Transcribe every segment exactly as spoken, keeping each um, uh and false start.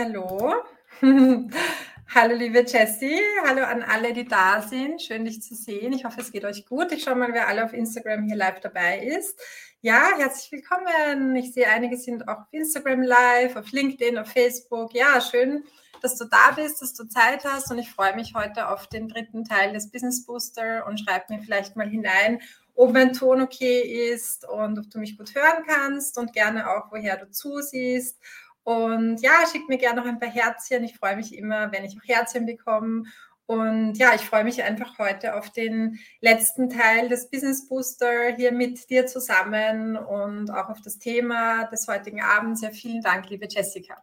Hallo. Hallo, liebe Jessie. Hallo an alle, die da sind. Schön, dich zu sehen. Ich hoffe, es geht euch gut. Ich schaue mal, wer alle auf Instagram hier live dabei ist. Ja, herzlich willkommen. Ich sehe, einige sind auch auf Instagram live, auf LinkedIn, auf Facebook. Ja, schön, dass du da bist, dass du Zeit hast. Und ich freue mich heute auf den dritten Teil des Business Booster und schreib mir vielleicht mal hinein, ob mein Ton okay ist und ob du mich gut hören kannst und gerne auch, woher du zusiehst. Und ja, schickt mir gerne noch ein paar Herzchen. Ich freue mich immer, wenn ich auch Herzchen bekomme. Und ja, ich freue mich einfach heute auf den letzten Teil des Business Booster hier mit dir zusammen und auch auf das Thema des heutigen Abends. Ja, vielen Dank, liebe Jessica.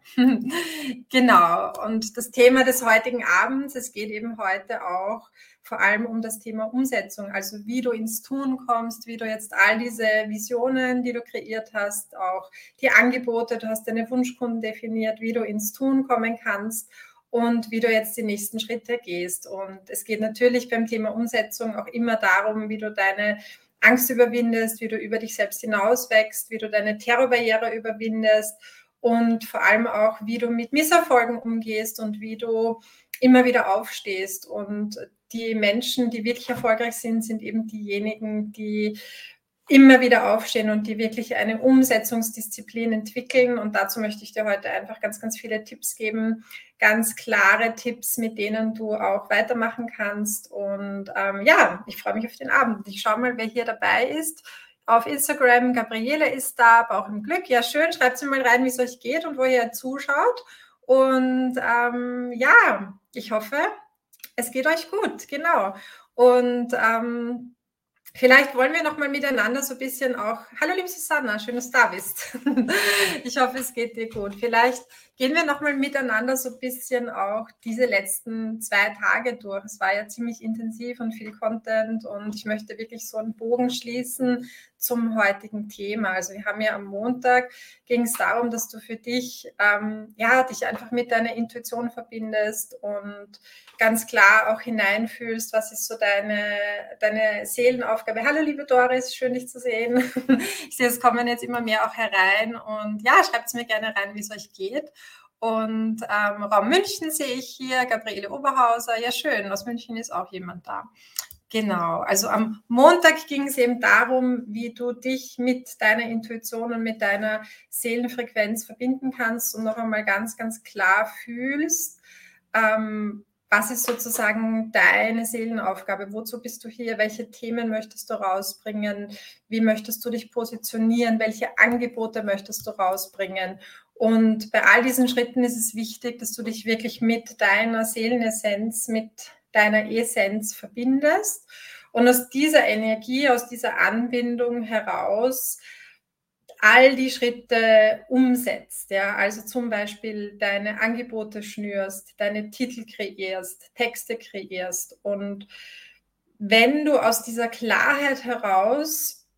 Genau. Und das Thema des heutigen Abends, es geht eben heute auch vor allem um das Thema Umsetzung, also wie du ins Tun kommst, wie du jetzt all diese Visionen, die du kreiert hast, auch die Angebote, du hast deine Wunschkunden definiert, wie du ins Tun kommen kannst und wie du jetzt die nächsten Schritte gehst. Und es geht natürlich beim Thema Umsetzung auch immer darum, wie du deine Angst überwindest, wie du über dich selbst hinauswächst, wie du deine Terrorbarriere überwindest und vor allem auch, wie du mit Misserfolgen umgehst und wie du immer wieder aufstehst. Und die Menschen, die wirklich erfolgreich sind, sind eben diejenigen, die immer wieder aufstehen und die wirklich eine Umsetzungsdisziplin entwickeln. Und dazu möchte ich dir heute einfach ganz, ganz viele Tipps geben, ganz klare Tipps, mit denen du auch weitermachen kannst. Und ähm, ja, ich freue mich auf den Abend. Ich schaue mal, wer hier dabei ist. Auf Instagram, Gabriele ist da, Bauch im Glück. Ja, schön, schreibt mir mal rein, wie es euch geht und wo ihr zuschaut. Und ähm, ja, ich hoffe, es geht euch gut, genau. Und ähm, vielleicht wollen wir noch mal miteinander so ein bisschen auch, hallo liebe Susanna, schön, dass du da bist. Ich hoffe, es geht dir gut. Vielleicht gehen wir noch mal miteinander so ein bisschen auch diese letzten zwei Tage durch. Es war ja ziemlich intensiv und viel Content und ich möchte wirklich so einen Bogen schließen zum heutigen Thema. Also wir haben ja am Montag, ging es darum, dass du für dich, ähm, ja, dich einfach mit deiner Intuition verbindest und ganz klar auch hineinfühlst, was ist so deine, deine Seelenaufgabe. Hallo liebe Doris, schön dich zu sehen. Ich sehe, es kommen jetzt immer mehr auch herein und ja, schreibt es mir gerne rein, wie es euch geht. Und ähm, Raum München sehe ich hier, Gabriele Oberhauser, ja schön, aus München ist auch jemand da. Genau, also am Montag ging es eben darum, wie du dich mit deiner Intuition und mit deiner Seelenfrequenz verbinden kannst und noch einmal ganz, ganz klar fühlst, ähm, was ist sozusagen deine Seelenaufgabe? Wozu bist du hier? Welche Themen möchtest du rausbringen? Wie möchtest du dich positionieren? Welche Angebote möchtest du rausbringen? Und bei all diesen Schritten ist es wichtig, dass du dich wirklich mit deiner Seelenessenz, mit deiner Essenz verbindest und aus dieser Energie, aus dieser Anbindung heraus all die Schritte umsetzt, ja, also zum Beispiel deine Angebote schnürst, deine Titel kreierst, Texte kreierst und wenn du aus dieser Klarheit heraus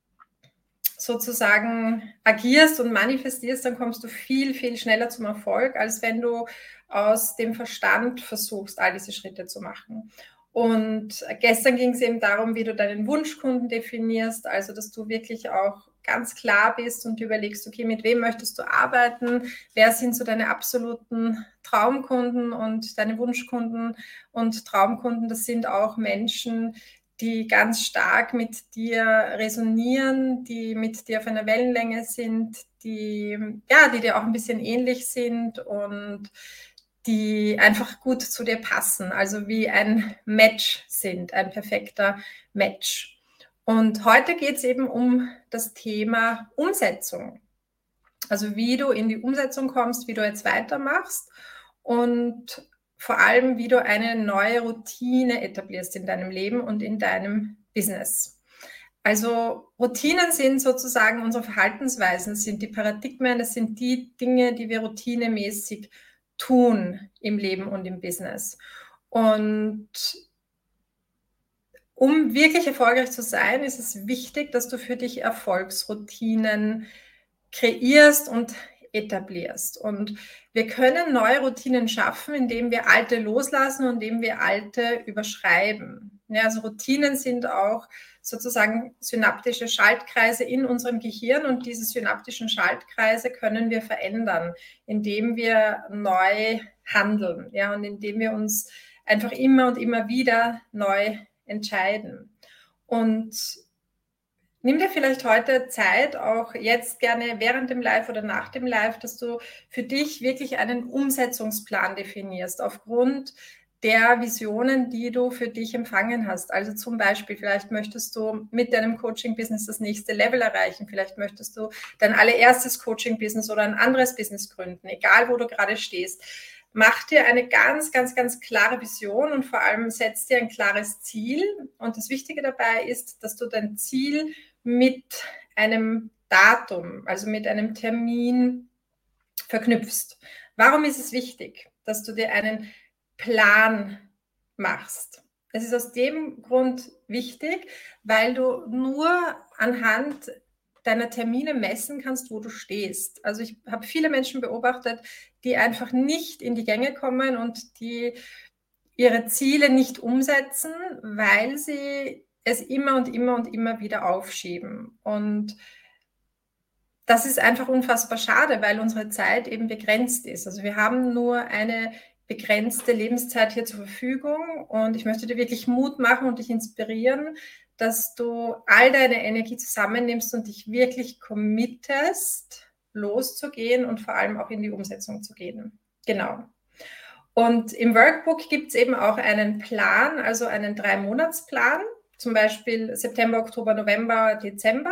sozusagen agierst und manifestierst, dann kommst du viel, viel schneller zum Erfolg, als wenn du aus dem Verstand versuchst, all diese Schritte zu machen. Und gestern ging es eben darum, wie du deinen Wunschkunden definierst, also dass du wirklich auch ganz klar bist und überlegst, okay, mit wem möchtest du arbeiten, wer sind so deine absoluten Traumkunden und deine Wunschkunden und Traumkunden, das sind auch Menschen, die ganz stark mit dir resonieren, die mit dir auf einer Wellenlänge sind, die, ja, die dir auch ein bisschen ähnlich sind und die einfach gut zu dir passen, also wie ein Match sind, ein perfekter Match. Und heute geht es eben um das Thema Umsetzung. Also wie du in die Umsetzung kommst, wie du jetzt weitermachst und vor allem, wie du eine neue Routine etablierst in deinem Leben und in deinem Business. Also Routinen sind sozusagen unsere Verhaltensweisen, das sind die Paradigmen, das sind die Dinge, die wir routinemäßig tun im Leben und im Business. Und um wirklich erfolgreich zu sein, ist es wichtig, dass du für dich Erfolgsroutinen kreierst und etablierst. Und wir können neue Routinen schaffen, indem wir alte loslassen und indem wir alte überschreiben. Ja, also Routinen sind auch sozusagen synaptische Schaltkreise in unserem Gehirn und diese synaptischen Schaltkreise können wir verändern, indem wir neu handeln, ja, und indem wir uns einfach immer und immer wieder neu entscheiden. Und nimm dir vielleicht heute Zeit, auch jetzt gerne während dem Live oder nach dem Live, dass du für dich wirklich einen Umsetzungsplan definierst, aufgrund der Visionen, die du für dich empfangen hast. Also zum Beispiel, vielleicht möchtest du mit deinem Coaching-Business das nächste Level erreichen, vielleicht möchtest du dein allererstes Coaching-Business oder ein anderes Business gründen, egal wo du gerade stehst. Mach dir eine ganz, ganz, ganz klare Vision und vor allem setz dir ein klares Ziel. Und das Wichtige dabei ist, dass du dein Ziel mit einem Datum, also mit einem Termin verknüpfst. Warum ist es wichtig, dass du dir einen Plan machst? Es ist aus dem Grund wichtig, weil du nur anhand deiner Termine messen kannst, wo du stehst. Also ich habe viele Menschen beobachtet, die einfach nicht in die Gänge kommen und die ihre Ziele nicht umsetzen, weil sie es immer und immer und immer wieder aufschieben. Und das ist einfach unfassbar schade, weil unsere Zeit eben begrenzt ist. Also wir haben nur eine begrenzte Lebenszeit hier zur Verfügung und ich möchte dir wirklich Mut machen und dich inspirieren, dass du all deine Energie zusammennimmst und dich wirklich committest, loszugehen und vor allem auch in die Umsetzung zu gehen. Genau. Und im Workbook gibt es eben auch einen Plan, also einen Drei-Monats-Plan, zum Beispiel September, Oktober, November, Dezember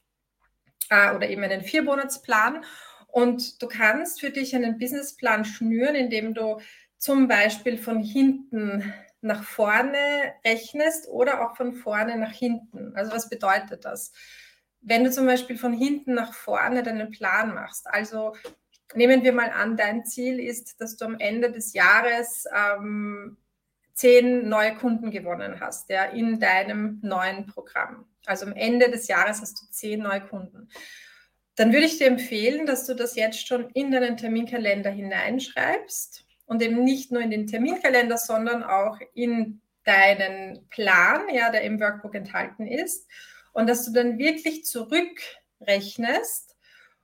äh, oder eben einen Vier-Monats-Plan. Und du kannst für dich einen Businessplan schnüren, indem du zum Beispiel von hinten nach vorne rechnest oder auch von vorne nach hinten. Also was bedeutet das? Wenn du zum Beispiel von hinten nach vorne deinen Plan machst, also nehmen wir mal an, dein Ziel ist, dass du am Ende des Jahres ähm, zehn neue Kunden gewonnen hast, ja, in deinem neuen Programm. Also am Ende des Jahres hast du zehn neue Kunden. Dann würde ich dir empfehlen, dass du das jetzt schon in deinen Terminkalender hineinschreibst und eben nicht nur in den Terminkalender, sondern auch in deinen Plan, ja, der im Workbook enthalten ist, und dass du dann wirklich zurückrechnest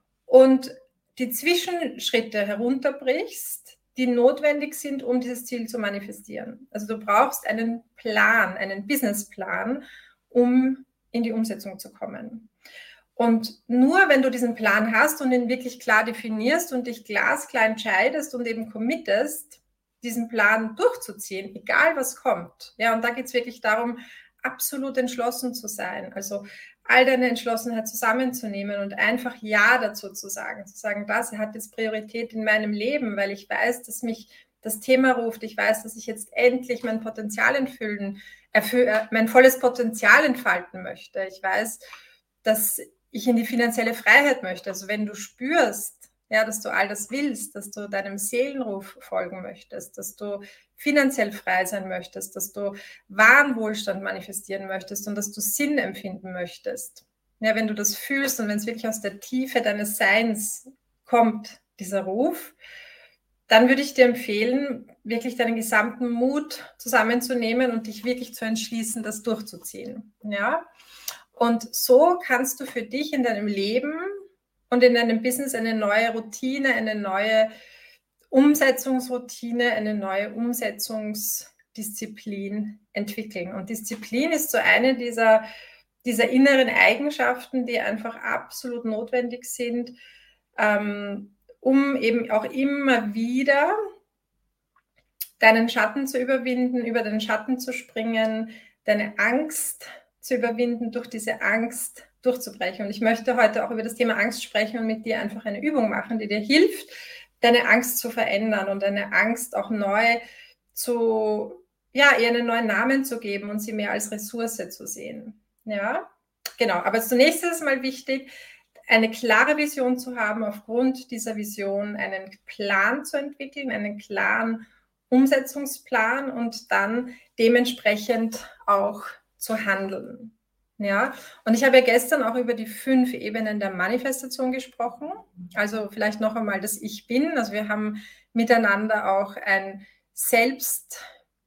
und die Zwischenschritte herunterbrichst, die notwendig sind, um dieses Ziel zu manifestieren. Also du brauchst einen Plan, einen Businessplan, um in die Umsetzung zu kommen. Und nur wenn du diesen Plan hast und ihn wirklich klar definierst und dich glasklar entscheidest und eben committest, diesen Plan durchzuziehen, egal was kommt. Ja, und da geht es wirklich darum, absolut entschlossen zu sein. Also all deine Entschlossenheit zusammenzunehmen und einfach Ja dazu zu sagen. Zu sagen, das hat jetzt Priorität in meinem Leben, weil ich weiß, dass mich das Thema ruft. Ich weiß, dass ich jetzt endlich mein Potenzial entfüllen, erfüll, mein volles Potenzial entfalten möchte. Ich weiß, dass ich in die finanzielle Freiheit möchte. Also wenn du spürst, ja, dass du all das willst, dass du deinem Seelenruf folgen möchtest, dass du finanziell frei sein möchtest, dass du wahren Wohlstand manifestieren möchtest und dass du Sinn empfinden möchtest. Ja, wenn du das fühlst und wenn es wirklich aus der Tiefe deines Seins kommt, dieser Ruf, dann würde ich dir empfehlen, wirklich deinen gesamten Mut zusammenzunehmen und dich wirklich zu entschließen, das durchzuziehen. Ja? Und so kannst du für dich in deinem Leben und in deinem Business eine neue Routine, eine neue Umsetzungsroutine, eine neue Umsetzungsdisziplin entwickeln. Und Disziplin ist so eine dieser, dieser inneren Eigenschaften, die einfach absolut notwendig sind, ähm, um eben auch immer wieder deinen Schatten zu überwinden, über den Schatten zu springen, deine Angst zu überwinden, durch diese Angst durchzubrechen. Und ich möchte heute auch über das Thema Angst sprechen und mit dir einfach eine Übung machen, die dir hilft, deine Angst zu verändern und deine Angst auch neu zu, ja, ihr einen neuen Namen zu geben und sie mehr als Ressource zu sehen. Ja, genau. Aber zunächst ist es mal wichtig, eine klare Vision zu haben, aufgrund dieser Vision einen Plan zu entwickeln, einen klaren Umsetzungsplan und dann dementsprechend auch zu handeln. Ja, und ich habe ja gestern auch über die fünf Ebenen der Manifestation gesprochen. Also vielleicht noch einmal das Ich Bin. Also wir haben miteinander auch ein Selbstbild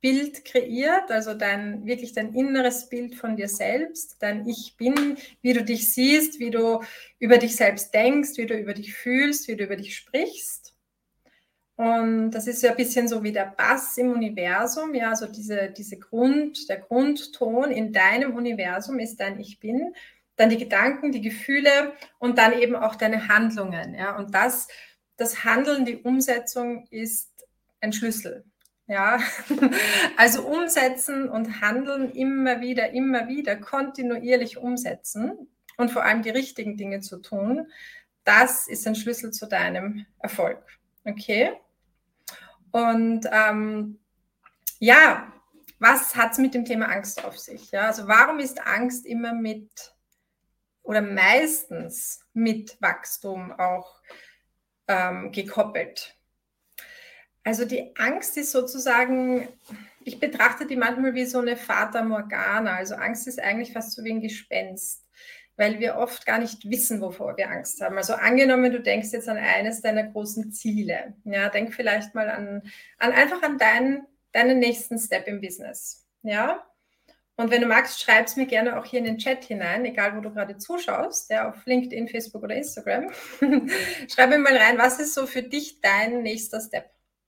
Bild kreiert, also dein, wirklich dein inneres Bild von dir selbst, dein Ich Bin, wie du dich siehst, wie du über dich selbst denkst, wie du über dich fühlst, wie du über dich sprichst. Und das ist ja ein bisschen so wie der Bass im Universum, ja, also diese, diese Grund, der Grundton in deinem Universum ist dein Ich Bin, dann die Gedanken, die Gefühle und dann eben auch deine Handlungen, ja, und das, das Handeln, die Umsetzung ist ein Schlüssel, ja, also umsetzen und handeln immer wieder, immer wieder, kontinuierlich umsetzen und vor allem die richtigen Dinge zu tun, das ist ein Schlüssel zu deinem Erfolg, okay? Und ähm, ja, was hat es mit dem Thema Angst auf sich? Ja, also warum ist Angst immer mit oder meistens mit Wachstum auch ähm, gekoppelt? Also die Angst ist sozusagen, ich betrachte die manchmal wie so eine Fata Morgana. Also Angst ist eigentlich fast so wie ein Gespenst, weil wir oft gar nicht wissen, wovor wir Angst haben. Also angenommen, du denkst jetzt an eines deiner großen Ziele. Ja, denk vielleicht mal an, an einfach an deinen, deinen nächsten Step im Business. Ja, und wenn du magst, schreib es mir gerne auch hier in den Chat hinein, egal wo du gerade zuschaust, ja, auf LinkedIn, Facebook oder Instagram. Schreib mir mal rein, was ist so für dich dein nächster Step?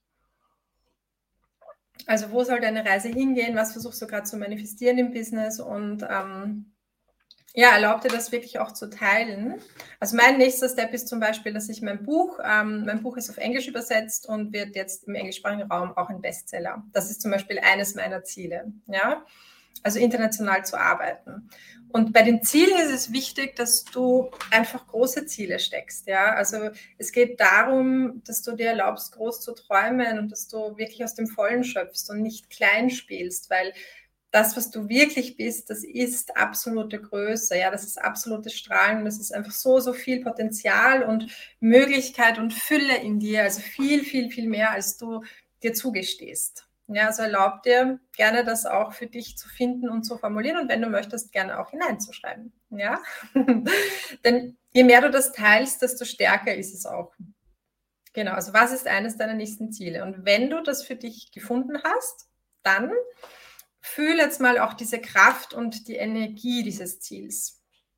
Also wo soll deine Reise hingehen? Was versuchst du gerade zu manifestieren im Business? Und ähm, ja, erlaub dir das wirklich auch zu teilen. Also mein nächster Step ist zum Beispiel, dass ich mein Buch, ähm, mein Buch ist auf Englisch übersetzt und wird jetzt im englischsprachigen Raum auch ein Bestseller. Das ist zum Beispiel eines meiner Ziele, ja, also international zu arbeiten. Und bei den Zielen ist es wichtig, dass du einfach große Ziele steckst, ja. Also es geht darum, dass du dir erlaubst, groß zu träumen und dass du wirklich aus dem Vollen schöpfst und nicht klein spielst, weil das, was du wirklich bist, das ist absolute Größe, ja, das ist absolutes Strahlen, das ist einfach so, so viel Potenzial und Möglichkeit und Fülle in dir, also viel, viel, viel mehr, als du dir zugestehst. Ja, also erlaub dir gerne, das auch für dich zu finden und zu formulieren und wenn du möchtest, gerne auch hineinzuschreiben, ja. Denn je mehr du das teilst, desto stärker ist es auch. Genau, also was ist eines deiner nächsten Ziele? Und wenn du das für dich gefunden hast, dann fühl jetzt mal auch diese Kraft und die Energie dieses Ziels.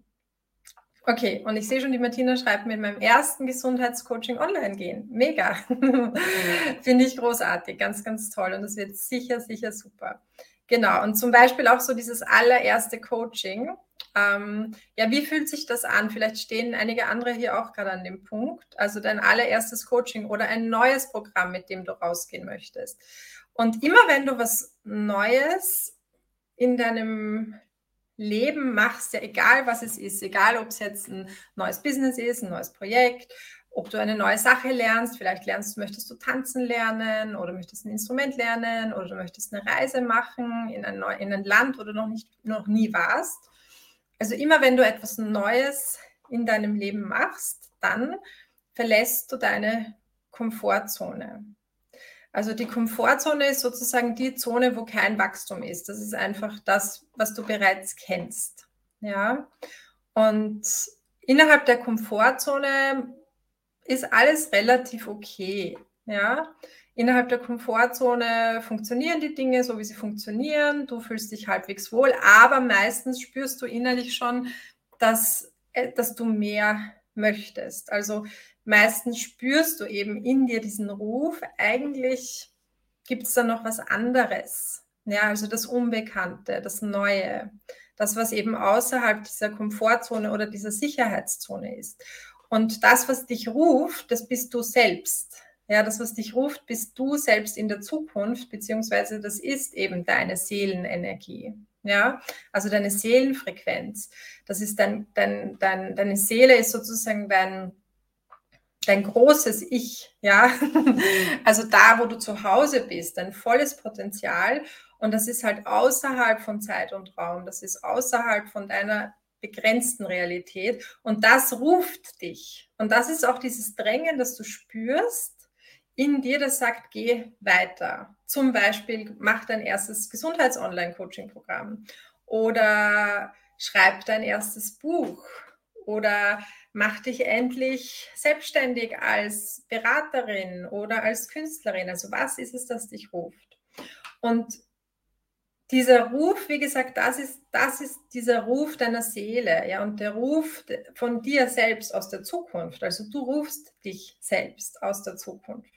Okay, und ich sehe schon, die Martina schreibt mir in meinem ersten Gesundheitscoaching online gehen. Mega. Finde ich großartig, ganz, ganz toll. Und das wird sicher, sicher super. Genau, und zum Beispiel auch so dieses allererste Coaching. Ähm, ja, wie fühlt sich das an? Vielleicht stehen einige andere hier auch gerade an dem Punkt. Also dein allererstes Coaching oder ein neues Programm, mit dem du rausgehen möchtest. Und immer wenn du was Neues in deinem Leben machst, ja egal was es ist, egal ob es jetzt ein neues Business ist, ein neues Projekt, ob du eine neue Sache lernst, vielleicht lernst, möchtest du tanzen lernen oder möchtest ein Instrument lernen oder du möchtest eine Reise machen in ein, neu, in ein Land, wo du noch, nicht, noch nie warst. Also immer wenn du etwas Neues in deinem Leben machst, dann verlässt du deine Komfortzone. Also die Komfortzone ist sozusagen die Zone, wo kein Wachstum ist. Das ist einfach das, was du bereits kennst. Ja? Und innerhalb der Komfortzone ist alles relativ okay. Ja? Innerhalb der Komfortzone funktionieren die Dinge so, wie sie funktionieren. Du fühlst dich halbwegs wohl, aber meistens spürst du innerlich schon, dass, dass du mehr möchtest. Also meistens spürst du eben in dir diesen Ruf, eigentlich gibt es da noch was anderes. Ja, also das Unbekannte, das Neue, das, was eben außerhalb dieser Komfortzone oder dieser Sicherheitszone ist. Und das, was dich ruft, das bist du selbst. Ja, das, was dich ruft, bist du selbst in der Zukunft, beziehungsweise das ist eben deine Seelenenergie. Ja, also deine Seelenfrequenz. Das ist dein, dein, dein, deine Seele ist sozusagen dein, dein großes Ich, ja, also da, wo du zu Hause bist, dein volles Potenzial und das ist halt außerhalb von Zeit und Raum, das ist außerhalb von deiner begrenzten Realität und das ruft dich und das ist auch dieses Drängen, das du spürst in dir, das sagt, geh weiter. Zum Beispiel mach dein erstes Gesundheits-Online-Coaching-Programm oder schreib dein erstes Buch oder mach dich endlich selbstständig als Beraterin oder als Künstlerin. Also was ist es, das dich ruft? Und dieser Ruf, wie gesagt, das ist, das ist dieser Ruf deiner Seele, ja, und der Ruf von dir selbst aus der Zukunft. Also du rufst dich selbst aus der Zukunft.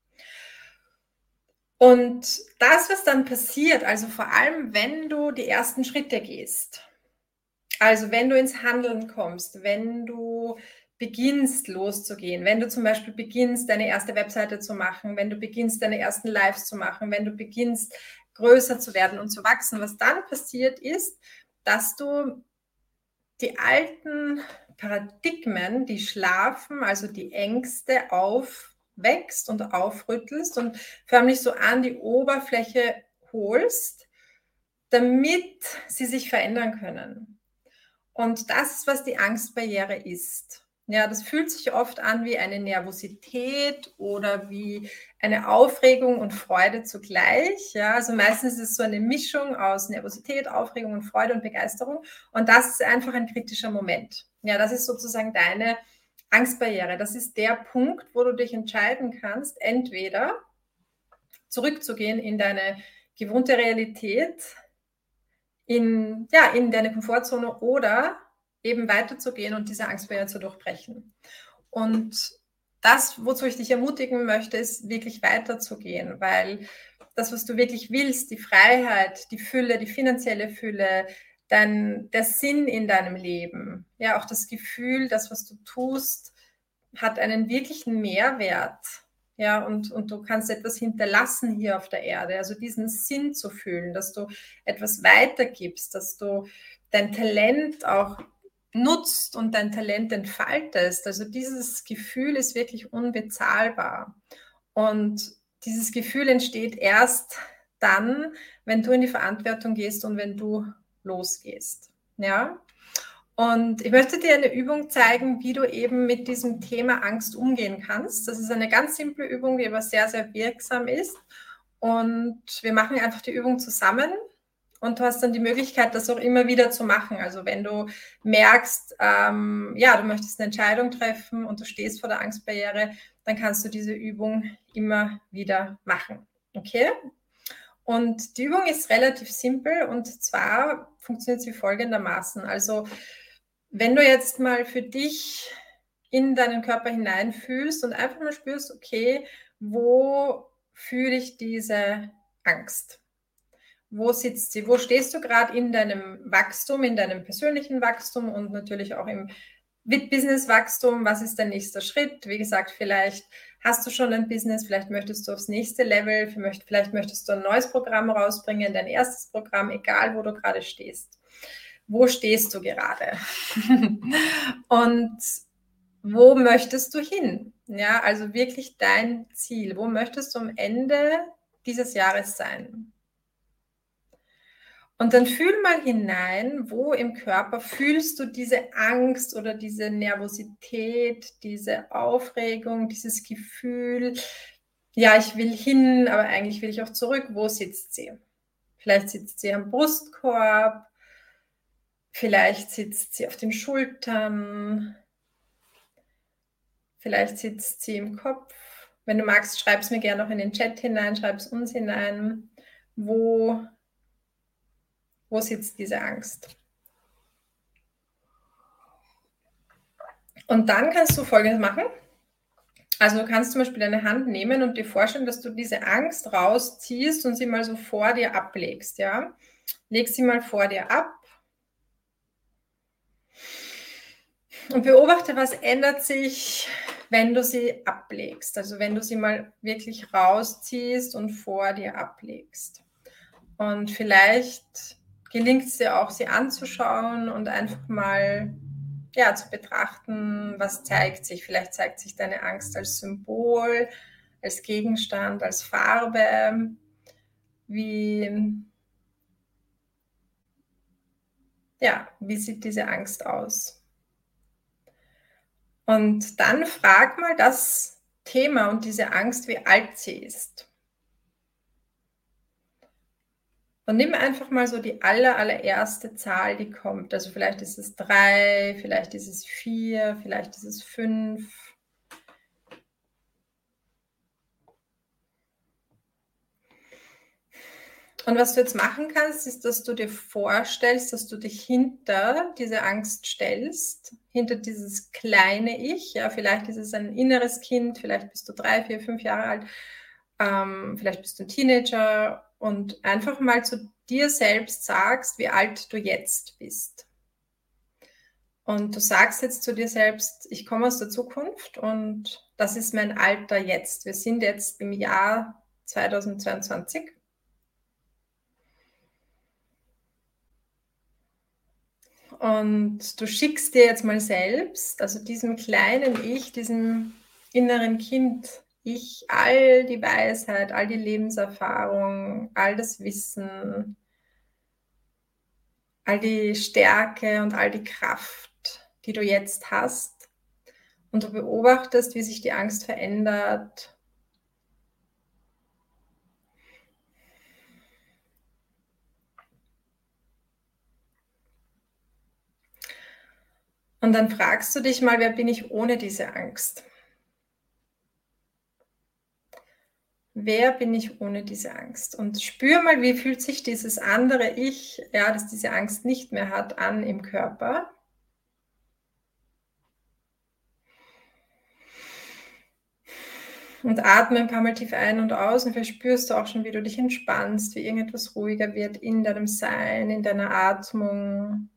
Und das, was dann passiert, also vor allem, wenn du die ersten Schritte gehst, also wenn du ins Handeln kommst, wenn du beginnst loszugehen, wenn du zum Beispiel beginnst, deine erste Webseite zu machen, wenn du beginnst, deine ersten Lives zu machen, wenn du beginnst, größer zu werden und zu wachsen, was dann passiert ist, dass du die alten Paradigmen, die schlafen, also die Ängste aufwächst und aufrüttelst und förmlich so an die Oberfläche holst, damit sie sich verändern können. Und das ist, was die Angstbarriere ist. Ja, das fühlt sich oft an wie eine Nervosität oder wie eine Aufregung und Freude zugleich. Ja, also meistens ist es so eine Mischung aus Nervosität, Aufregung und Freude und Begeisterung. Und das ist einfach ein kritischer Moment. Ja, das ist sozusagen deine Angstbarriere. Das ist der Punkt, wo du dich entscheiden kannst, entweder zurückzugehen in deine gewohnte Realität, in, ja, in deine Komfortzone oder eben weiterzugehen und diese Angstbarriere zu durchbrechen. Und das, wozu ich dich ermutigen möchte, ist wirklich weiterzugehen, weil das, was du wirklich willst, die Freiheit, die Fülle, die finanzielle Fülle, dein, der Sinn in deinem Leben, ja, auch das Gefühl, das, was du tust, hat einen wirklichen Mehrwert. Ja, und, und du kannst etwas hinterlassen hier auf der Erde, also diesen Sinn zu fühlen, dass du etwas weitergibst, dass du dein Talent auch nutzt und dein Talent entfaltest. Also dieses Gefühl ist wirklich unbezahlbar. Und dieses Gefühl entsteht erst dann, wenn du in die Verantwortung gehst und wenn du losgehst. Ja. Und ich möchte dir eine Übung zeigen, wie du eben mit diesem Thema Angst umgehen kannst. Das ist eine ganz simple Übung, die aber sehr, sehr wirksam ist. Und wir machen einfach die Übung zusammen und du hast dann die Möglichkeit, das auch immer wieder zu machen. Also wenn du merkst, ähm, ja, du möchtest eine Entscheidung treffen und du stehst vor der Angstbarriere, dann kannst du diese Übung immer wieder machen. Okay? Und die Übung ist relativ simpel und zwar funktioniert sie folgendermaßen. Also wenn du jetzt mal für dich in deinen Körper hineinfühlst und einfach mal spürst, okay, wo fühle ich diese Angst? Wo sitzt sie? Wo stehst du gerade in deinem Wachstum, in deinem persönlichen Wachstum und natürlich auch im Business-Wachstum? Was ist dein nächster Schritt? Wie gesagt, vielleicht hast du schon ein Business, vielleicht möchtest du aufs nächste Level, vielleicht möchtest du ein neues Programm rausbringen, dein erstes Programm, egal wo du gerade stehst. Wo stehst du gerade? Und wo möchtest du hin? Ja, also wirklich dein Ziel. Wo möchtest du am Ende dieses Jahres sein? Und dann fühl mal hinein, wo im Körper fühlst du diese Angst oder diese Nervosität, diese Aufregung, dieses Gefühl, ja, ich will hin, aber eigentlich will ich auch zurück. Wo sitzt sie? Vielleicht sitzt sie am Brustkorb, vielleicht sitzt sie auf den Schultern, vielleicht sitzt sie im Kopf. Wenn du magst, schreib es mir gerne noch in den Chat hinein, schreib es uns hinein. Wo, wo sitzt diese Angst? Und dann kannst du Folgendes machen. Also du kannst zum Beispiel deine Hand nehmen und dir vorstellen, dass du diese Angst rausziehst und sie mal so vor dir ablegst. Ja? Leg sie mal vor dir ab. Und beobachte, was ändert sich, wenn du sie ablegst. Also wenn du sie mal wirklich rausziehst und vor dir ablegst. Und vielleicht gelingt es dir auch, sie anzuschauen und einfach mal ja, zu betrachten, was zeigt sich. Vielleicht zeigt sich deine Angst als Symbol, als Gegenstand, als Farbe. Wie, ja, wie sieht diese Angst aus? Und dann frag mal das Thema und diese Angst, wie alt sie ist. Und nimm einfach mal so die aller, allererste Zahl, die kommt. Also vielleicht ist es drei, vielleicht ist es vier, vielleicht ist es fünf. Und was du jetzt machen kannst, ist, dass du dir vorstellst, dass du dich hinter diese Angst stellst, hinter dieses kleine Ich. Ja, vielleicht ist es ein inneres Kind, vielleicht bist du drei, vier, fünf Jahre alt, ähm, vielleicht bist du ein Teenager und einfach mal zu dir selbst sagst, wie alt du jetzt bist. Und du sagst jetzt zu dir selbst, ich komme aus der Zukunft und das ist mein Alter jetzt. Wir sind jetzt im Jahr zweitausendzweiundzwanzig. Und du schickst dir jetzt mal selbst, also diesem kleinen Ich, diesem inneren Kind, Ich, all die Weisheit, all die Lebenserfahrung, all das Wissen, all die Stärke und all die Kraft, die du jetzt hast. Und du beobachtest, wie sich die Angst verändert. Und dann fragst du dich mal, wer bin ich ohne diese Angst? Wer bin ich ohne diese Angst? Und spür mal, wie fühlt sich dieses andere Ich, ja, das diese Angst nicht mehr hat, an im Körper. Und atme ein paar Mal tief ein und aus und vielleicht spürst du auch schon, wie du dich entspannst, wie irgendetwas ruhiger wird in deinem Sein, in deiner Atmung.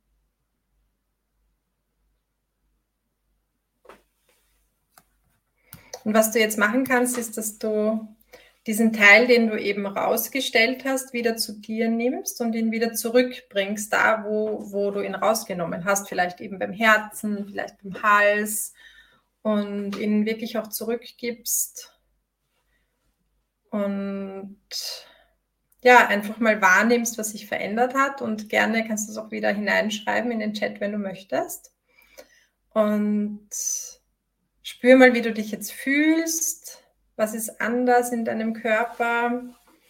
Und was du jetzt machen kannst, ist, dass du diesen Teil, den du eben rausgestellt hast, wieder zu dir nimmst und ihn wieder zurückbringst, da wo, wo du ihn rausgenommen hast, vielleicht eben beim Herzen, vielleicht beim Hals und ihn wirklich auch zurückgibst und ja, einfach mal wahrnimmst, was sich verändert hat und gerne kannst du es auch wieder hineinschreiben in den Chat, wenn du möchtest. Und spür mal, wie du dich jetzt fühlst. Was ist anders in deinem Körper?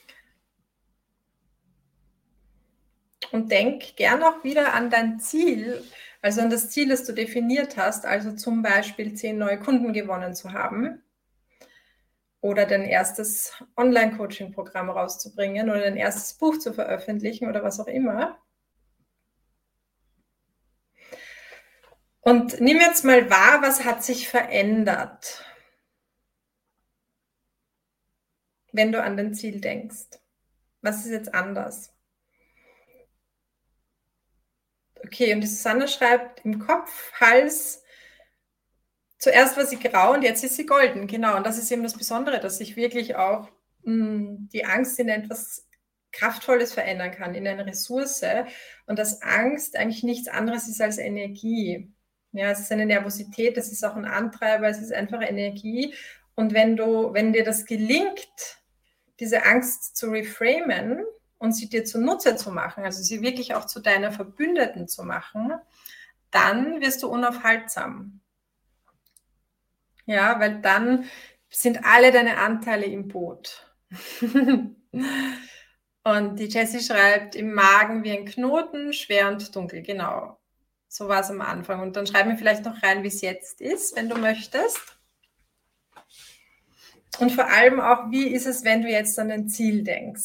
Und denk gern auch wieder an dein Ziel, also an das Ziel, das du definiert hast, also zum Beispiel zehn neue Kunden gewonnen zu haben oder dein erstes Online-Coaching-Programm rauszubringen oder dein erstes Buch zu veröffentlichen oder was auch immer. Und nimm jetzt mal wahr, was hat sich verändert, wenn du an dein Ziel denkst. Was ist jetzt anders? Okay, und die Susanne schreibt im Kopf, Hals, zuerst war sie grau und jetzt ist sie golden. Genau, und das ist eben das Besondere, dass sich wirklich auch mh, die Angst in etwas Kraftvolles verändern kann, in eine Ressource. Und dass Angst eigentlich nichts anderes ist als Energie. Ja, es ist eine Nervosität, das ist auch ein Antreiber, es ist einfach Energie. Und wenn du, wenn dir das gelingt, diese Angst zu reframen und sie dir zunutze zu machen, also sie wirklich auch zu deiner Verbündeten zu machen, dann wirst du unaufhaltsam. Ja, weil dann sind alle deine Anteile im Boot. Und die Jessie schreibt, im Magen wie ein Knoten, schwer und dunkel, genau. So war es am Anfang. Und dann schreib mir vielleicht noch rein, wie es jetzt ist, wenn du möchtest. Und vor allem auch, wie ist es, wenn du jetzt an ein Ziel denkst?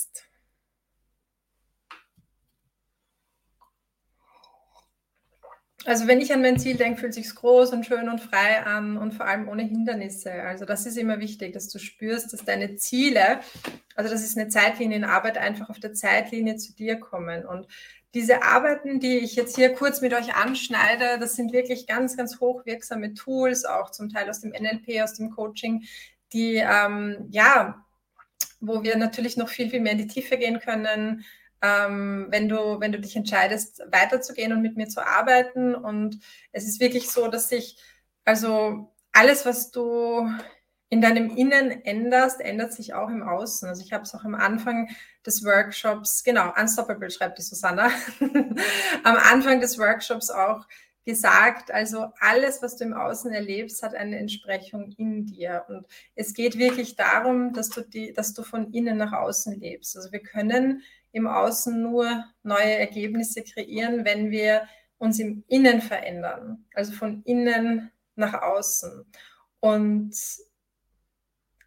Also wenn ich an mein Ziel denke, fühlt sich groß und schön und frei an und vor allem ohne Hindernisse. Also das ist immer wichtig, dass du spürst, dass deine Ziele, also das ist eine Zeitlinienarbeit, einfach auf der Zeitlinie zu dir kommen. Und diese Arbeiten, die ich jetzt hier kurz mit euch anschneide, das sind wirklich ganz, ganz hochwirksame Tools, auch zum Teil aus dem N L P, aus dem Coaching, die, ähm, ja, wo wir natürlich noch viel, viel mehr in die Tiefe gehen können, ähm, wenn du, wenn du dich entscheidest, weiterzugehen und mit mir zu arbeiten. Und es ist wirklich so, dass sich, also alles, was du in deinem Innen änderst, ändert sich auch im Außen. Also ich habe es auch am Anfang des Workshops, genau, Unstoppable schreibt die Susanna, am Anfang des Workshops auch gesagt, also alles, was du im Außen erlebst, hat eine Entsprechung in dir. Und es geht wirklich darum, dass du, die, dass du von innen nach außen lebst. Also wir können im Außen nur neue Ergebnisse kreieren, wenn wir uns im Innen verändern, also von innen nach außen. Und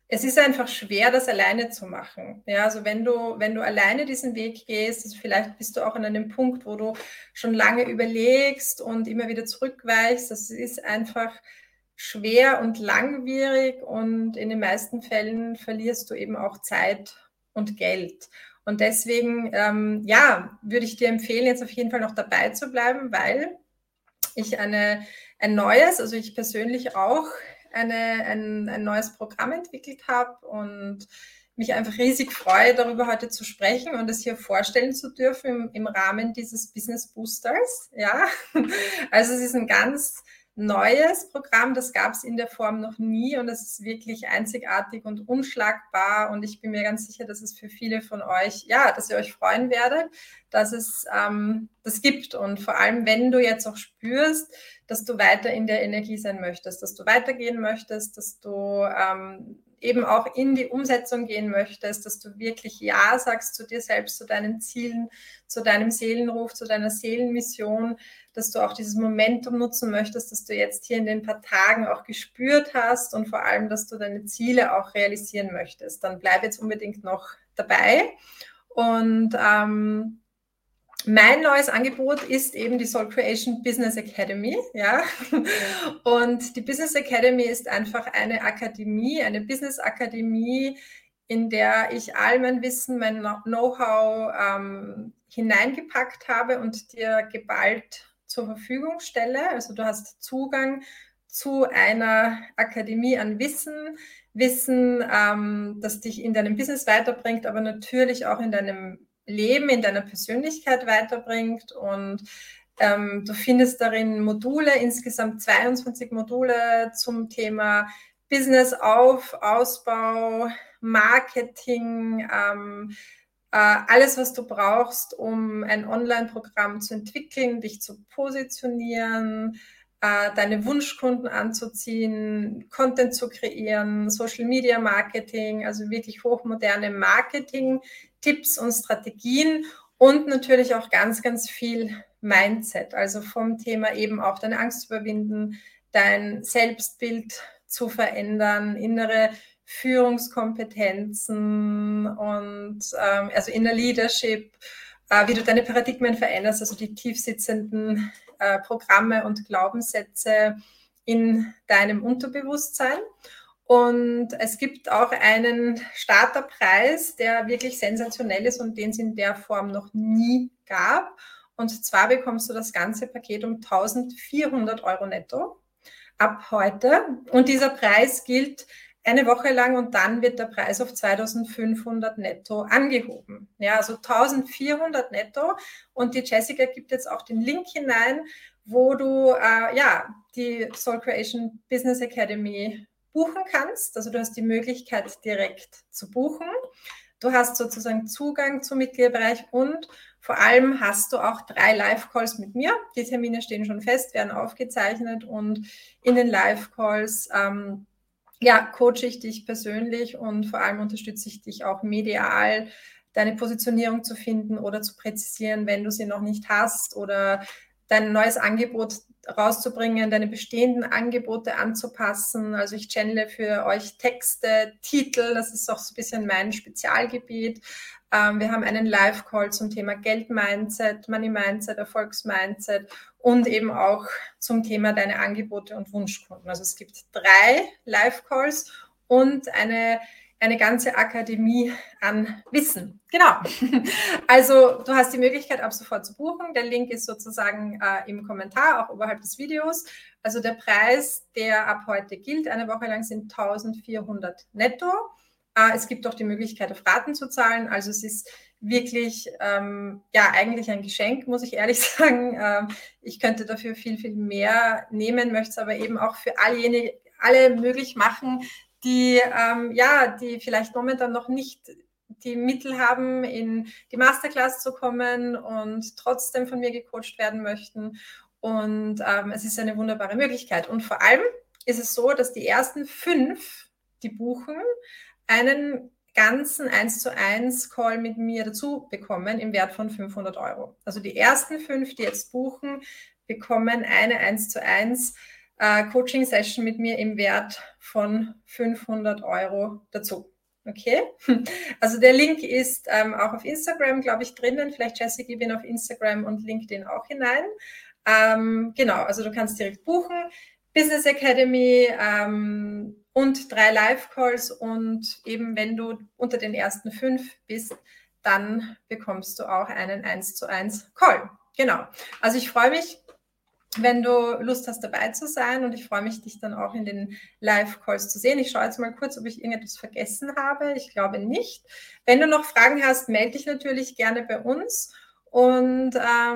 es ist einfach schwer, das alleine zu machen. Ja, also wenn du, wenn du alleine diesen Weg gehst, also vielleicht bist du auch an einem Punkt, wo du schon lange überlegst und immer wieder zurückweichst. Das ist einfach schwer und langwierig und in den meisten Fällen verlierst du eben auch Zeit und Geld. Und deswegen, ähm, ja, würde ich dir empfehlen, jetzt auf jeden Fall noch dabei zu bleiben, weil ich eine, ein neues, also ich persönlich auch, eine, ein, ein neues Programm entwickelt habe und mich einfach riesig freue, darüber heute zu sprechen und es hier vorstellen zu dürfen im, im Rahmen dieses Business Boosters. Ja, also es ist ein ganz neues Programm, das gab es in der Form noch nie und es ist wirklich einzigartig und unschlagbar und ich bin mir ganz sicher, dass es für viele von euch, ja, dass ihr euch freuen werdet, dass es ähm, das gibt und vor allem, wenn du jetzt auch spürst, dass du weiter in der Energie sein möchtest, dass du weitergehen möchtest, dass du ähm, eben auch in die Umsetzung gehen möchtest, dass du wirklich Ja sagst zu dir selbst, zu deinen Zielen, zu deinem Seelenruf, zu deiner Seelenmission, dass du auch dieses Momentum nutzen möchtest, dass du jetzt hier in den paar Tagen auch gespürt hast und vor allem, dass du deine Ziele auch realisieren möchtest. Dann bleib jetzt unbedingt noch dabei. Und ähm, mein neues Angebot ist eben die Soul Creation Business Academy, ja. Und die Business Academy ist einfach eine Akademie, eine Business Akademie, in der ich all mein Wissen, mein Know-how ähm, hineingepackt habe und dir geballt zur Verfügung stelle. Also du hast Zugang zu einer Akademie an Wissen, Wissen, ähm, das dich in deinem Business weiterbringt, aber natürlich auch in deinem Leben, in deiner Persönlichkeit weiterbringt und ähm, du findest darin Module, insgesamt zweiundzwanzig Module zum Thema Business auf, Ausbau, Marketing, ähm, äh, alles, was du brauchst, um ein Online-Programm zu entwickeln, dich zu positionieren, äh, deine Wunschkunden anzuziehen, Content zu kreieren, Social Media Marketing, also wirklich hochmoderne Marketing-Tipps und Strategien und natürlich auch ganz, ganz viel Mindset, also vom Thema eben auch deine Angst zu überwinden, dein Selbstbild zu verändern, innere Führungskompetenzen und ähm, also Inner Leadership, äh, wie du deine Paradigmen veränderst, also die tiefsitzenden äh, Programme und Glaubenssätze in deinem Unterbewusstsein. Und es gibt auch einen Starterpreis, der wirklich sensationell ist und den es in der Form noch nie gab. Und zwar bekommst du das ganze Paket um eintausendvierhundert Euro netto ab heute. Und dieser Preis gilt eine Woche lang und dann wird der Preis auf zweitausendfünfhundert netto angehoben. Ja, also eintausendvierhundert netto. Und die Jessica gibt jetzt auch den Link hinein, wo du äh, ja die Soul Creation Business Academy buchen kannst. Also du hast die Möglichkeit, direkt zu buchen. Du hast sozusagen Zugang zum Mitgliederbereich und vor allem hast du auch drei Live-Calls mit mir. Die Termine stehen schon fest, werden aufgezeichnet und in den Live-Calls ähm, ja, coache ich dich persönlich und vor allem unterstütze ich dich auch medial, deine Positionierung zu finden oder zu präzisieren, wenn du sie noch nicht hast oder dein neues Angebot rauszubringen, deine bestehenden Angebote anzupassen. Also ich channele für euch Texte, Titel, das ist auch so ein bisschen mein Spezialgebiet. Ähm, wir haben einen Live-Call zum Thema Geld-Mindset, Money-Mindset, Erfolgs-Mindset und eben auch zum Thema deine Angebote und Wunschkunden. Also es gibt drei Live-Calls und eine eine ganze Akademie an Wissen. Genau. Also du hast die Möglichkeit, ab sofort zu buchen. Der Link ist sozusagen äh, im Kommentar, auch oberhalb des Videos. Also der Preis, der ab heute gilt, eine Woche lang, sind eintausendvierhundert netto. Äh, es gibt auch die Möglichkeit, auf Raten zu zahlen. Also es ist wirklich, ähm, ja, eigentlich ein Geschenk, muss ich ehrlich sagen. Ähm, ich könnte dafür viel, viel mehr nehmen, möchte es aber eben auch für all jene, alle möglich machen, die, ähm, ja, die vielleicht momentan noch nicht die Mittel haben, in die Masterclass zu kommen und trotzdem von mir gecoacht werden möchten. Und ähm, es ist eine wunderbare Möglichkeit. Und vor allem ist es so, dass die ersten fünf, die buchen, einen ganzen eins zu eins Call mit mir dazu bekommen im Wert von fünfhundert Euro. Also die ersten fünf, die jetzt buchen, bekommen eine eins zu eins äh, Coaching-Session mit mir im Wert von fünfhundert Euro dazu. Okay? Also der Link ist ähm, auch auf Instagram, glaube ich, drinnen. Vielleicht, Jessie, gib ihn auf Instagram und LinkedIn auch hinein. Ähm, genau, also du kannst direkt buchen. Business Academy ähm, und drei Live-Calls, und eben wenn du unter den ersten fünf bist, dann bekommst du auch einen eins zu eins Call. Genau. Also ich freue mich, wenn du Lust hast, dabei zu sein, und ich freue mich, dich dann auch in den Live-Calls zu sehen. Ich schaue jetzt mal kurz, ob ich irgendetwas vergessen habe. Ich glaube nicht. Wenn du noch Fragen hast, melde dich natürlich gerne bei uns, und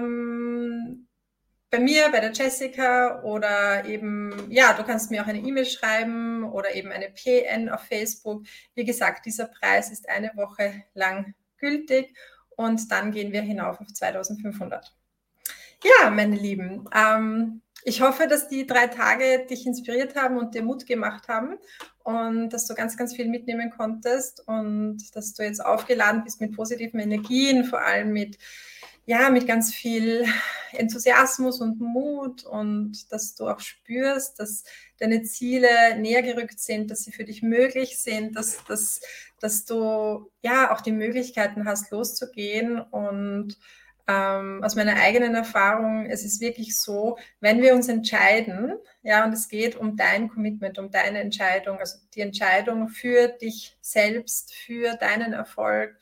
ähm, bei mir, bei der Jessica, oder eben, ja, du kannst mir auch eine E-Mail schreiben oder eben eine P N auf Facebook. Wie gesagt, dieser Preis ist eine Woche lang gültig, und dann gehen wir hinauf auf zweitausendfünfhundert. Ja, meine Lieben, ähm, ich hoffe, dass die drei Tage dich inspiriert haben und dir Mut gemacht haben, und dass du ganz, ganz viel mitnehmen konntest, und dass du jetzt aufgeladen bist mit positiven Energien, vor allem mit, ja, mit ganz viel Enthusiasmus und Mut, und dass du auch spürst, dass deine Ziele näher gerückt sind, dass sie für dich möglich sind, dass, dass, dass du ja auch die Möglichkeiten hast, loszugehen. Und ähm, aus meiner eigenen Erfahrung, es ist wirklich so, wenn wir uns entscheiden, ja, und es geht um dein Commitment, um deine Entscheidung, also die Entscheidung für dich selbst, für deinen Erfolg,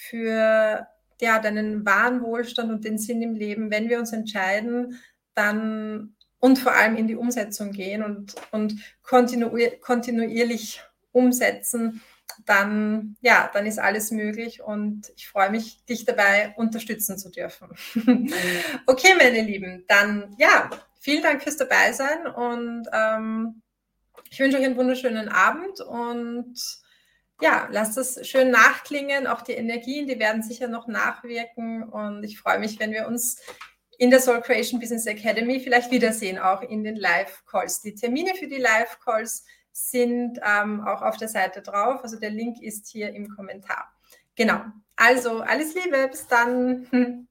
für ja, deinen wahren Wohlstand und den Sinn im Leben, wenn wir uns entscheiden, dann und vor allem in die Umsetzung gehen und, und kontinuier, kontinuierlich umsetzen, dann, ja, dann ist alles möglich, und ich freue mich, dich dabei unterstützen zu dürfen. Okay, meine Lieben, dann, ja, vielen Dank fürs Dabeisein, und ähm, ich wünsche euch einen wunderschönen Abend, und ja, lasst das schön nachklingen, auch die Energien, die werden sicher noch nachwirken, und ich freue mich, wenn wir uns in der Soul Creation Business Academy vielleicht wiedersehen, auch in den Live-Calls. Die Termine für die Live-Calls sind ähm, auch auf der Seite drauf, also der Link ist hier im Kommentar. Genau, also alles Liebe, bis dann.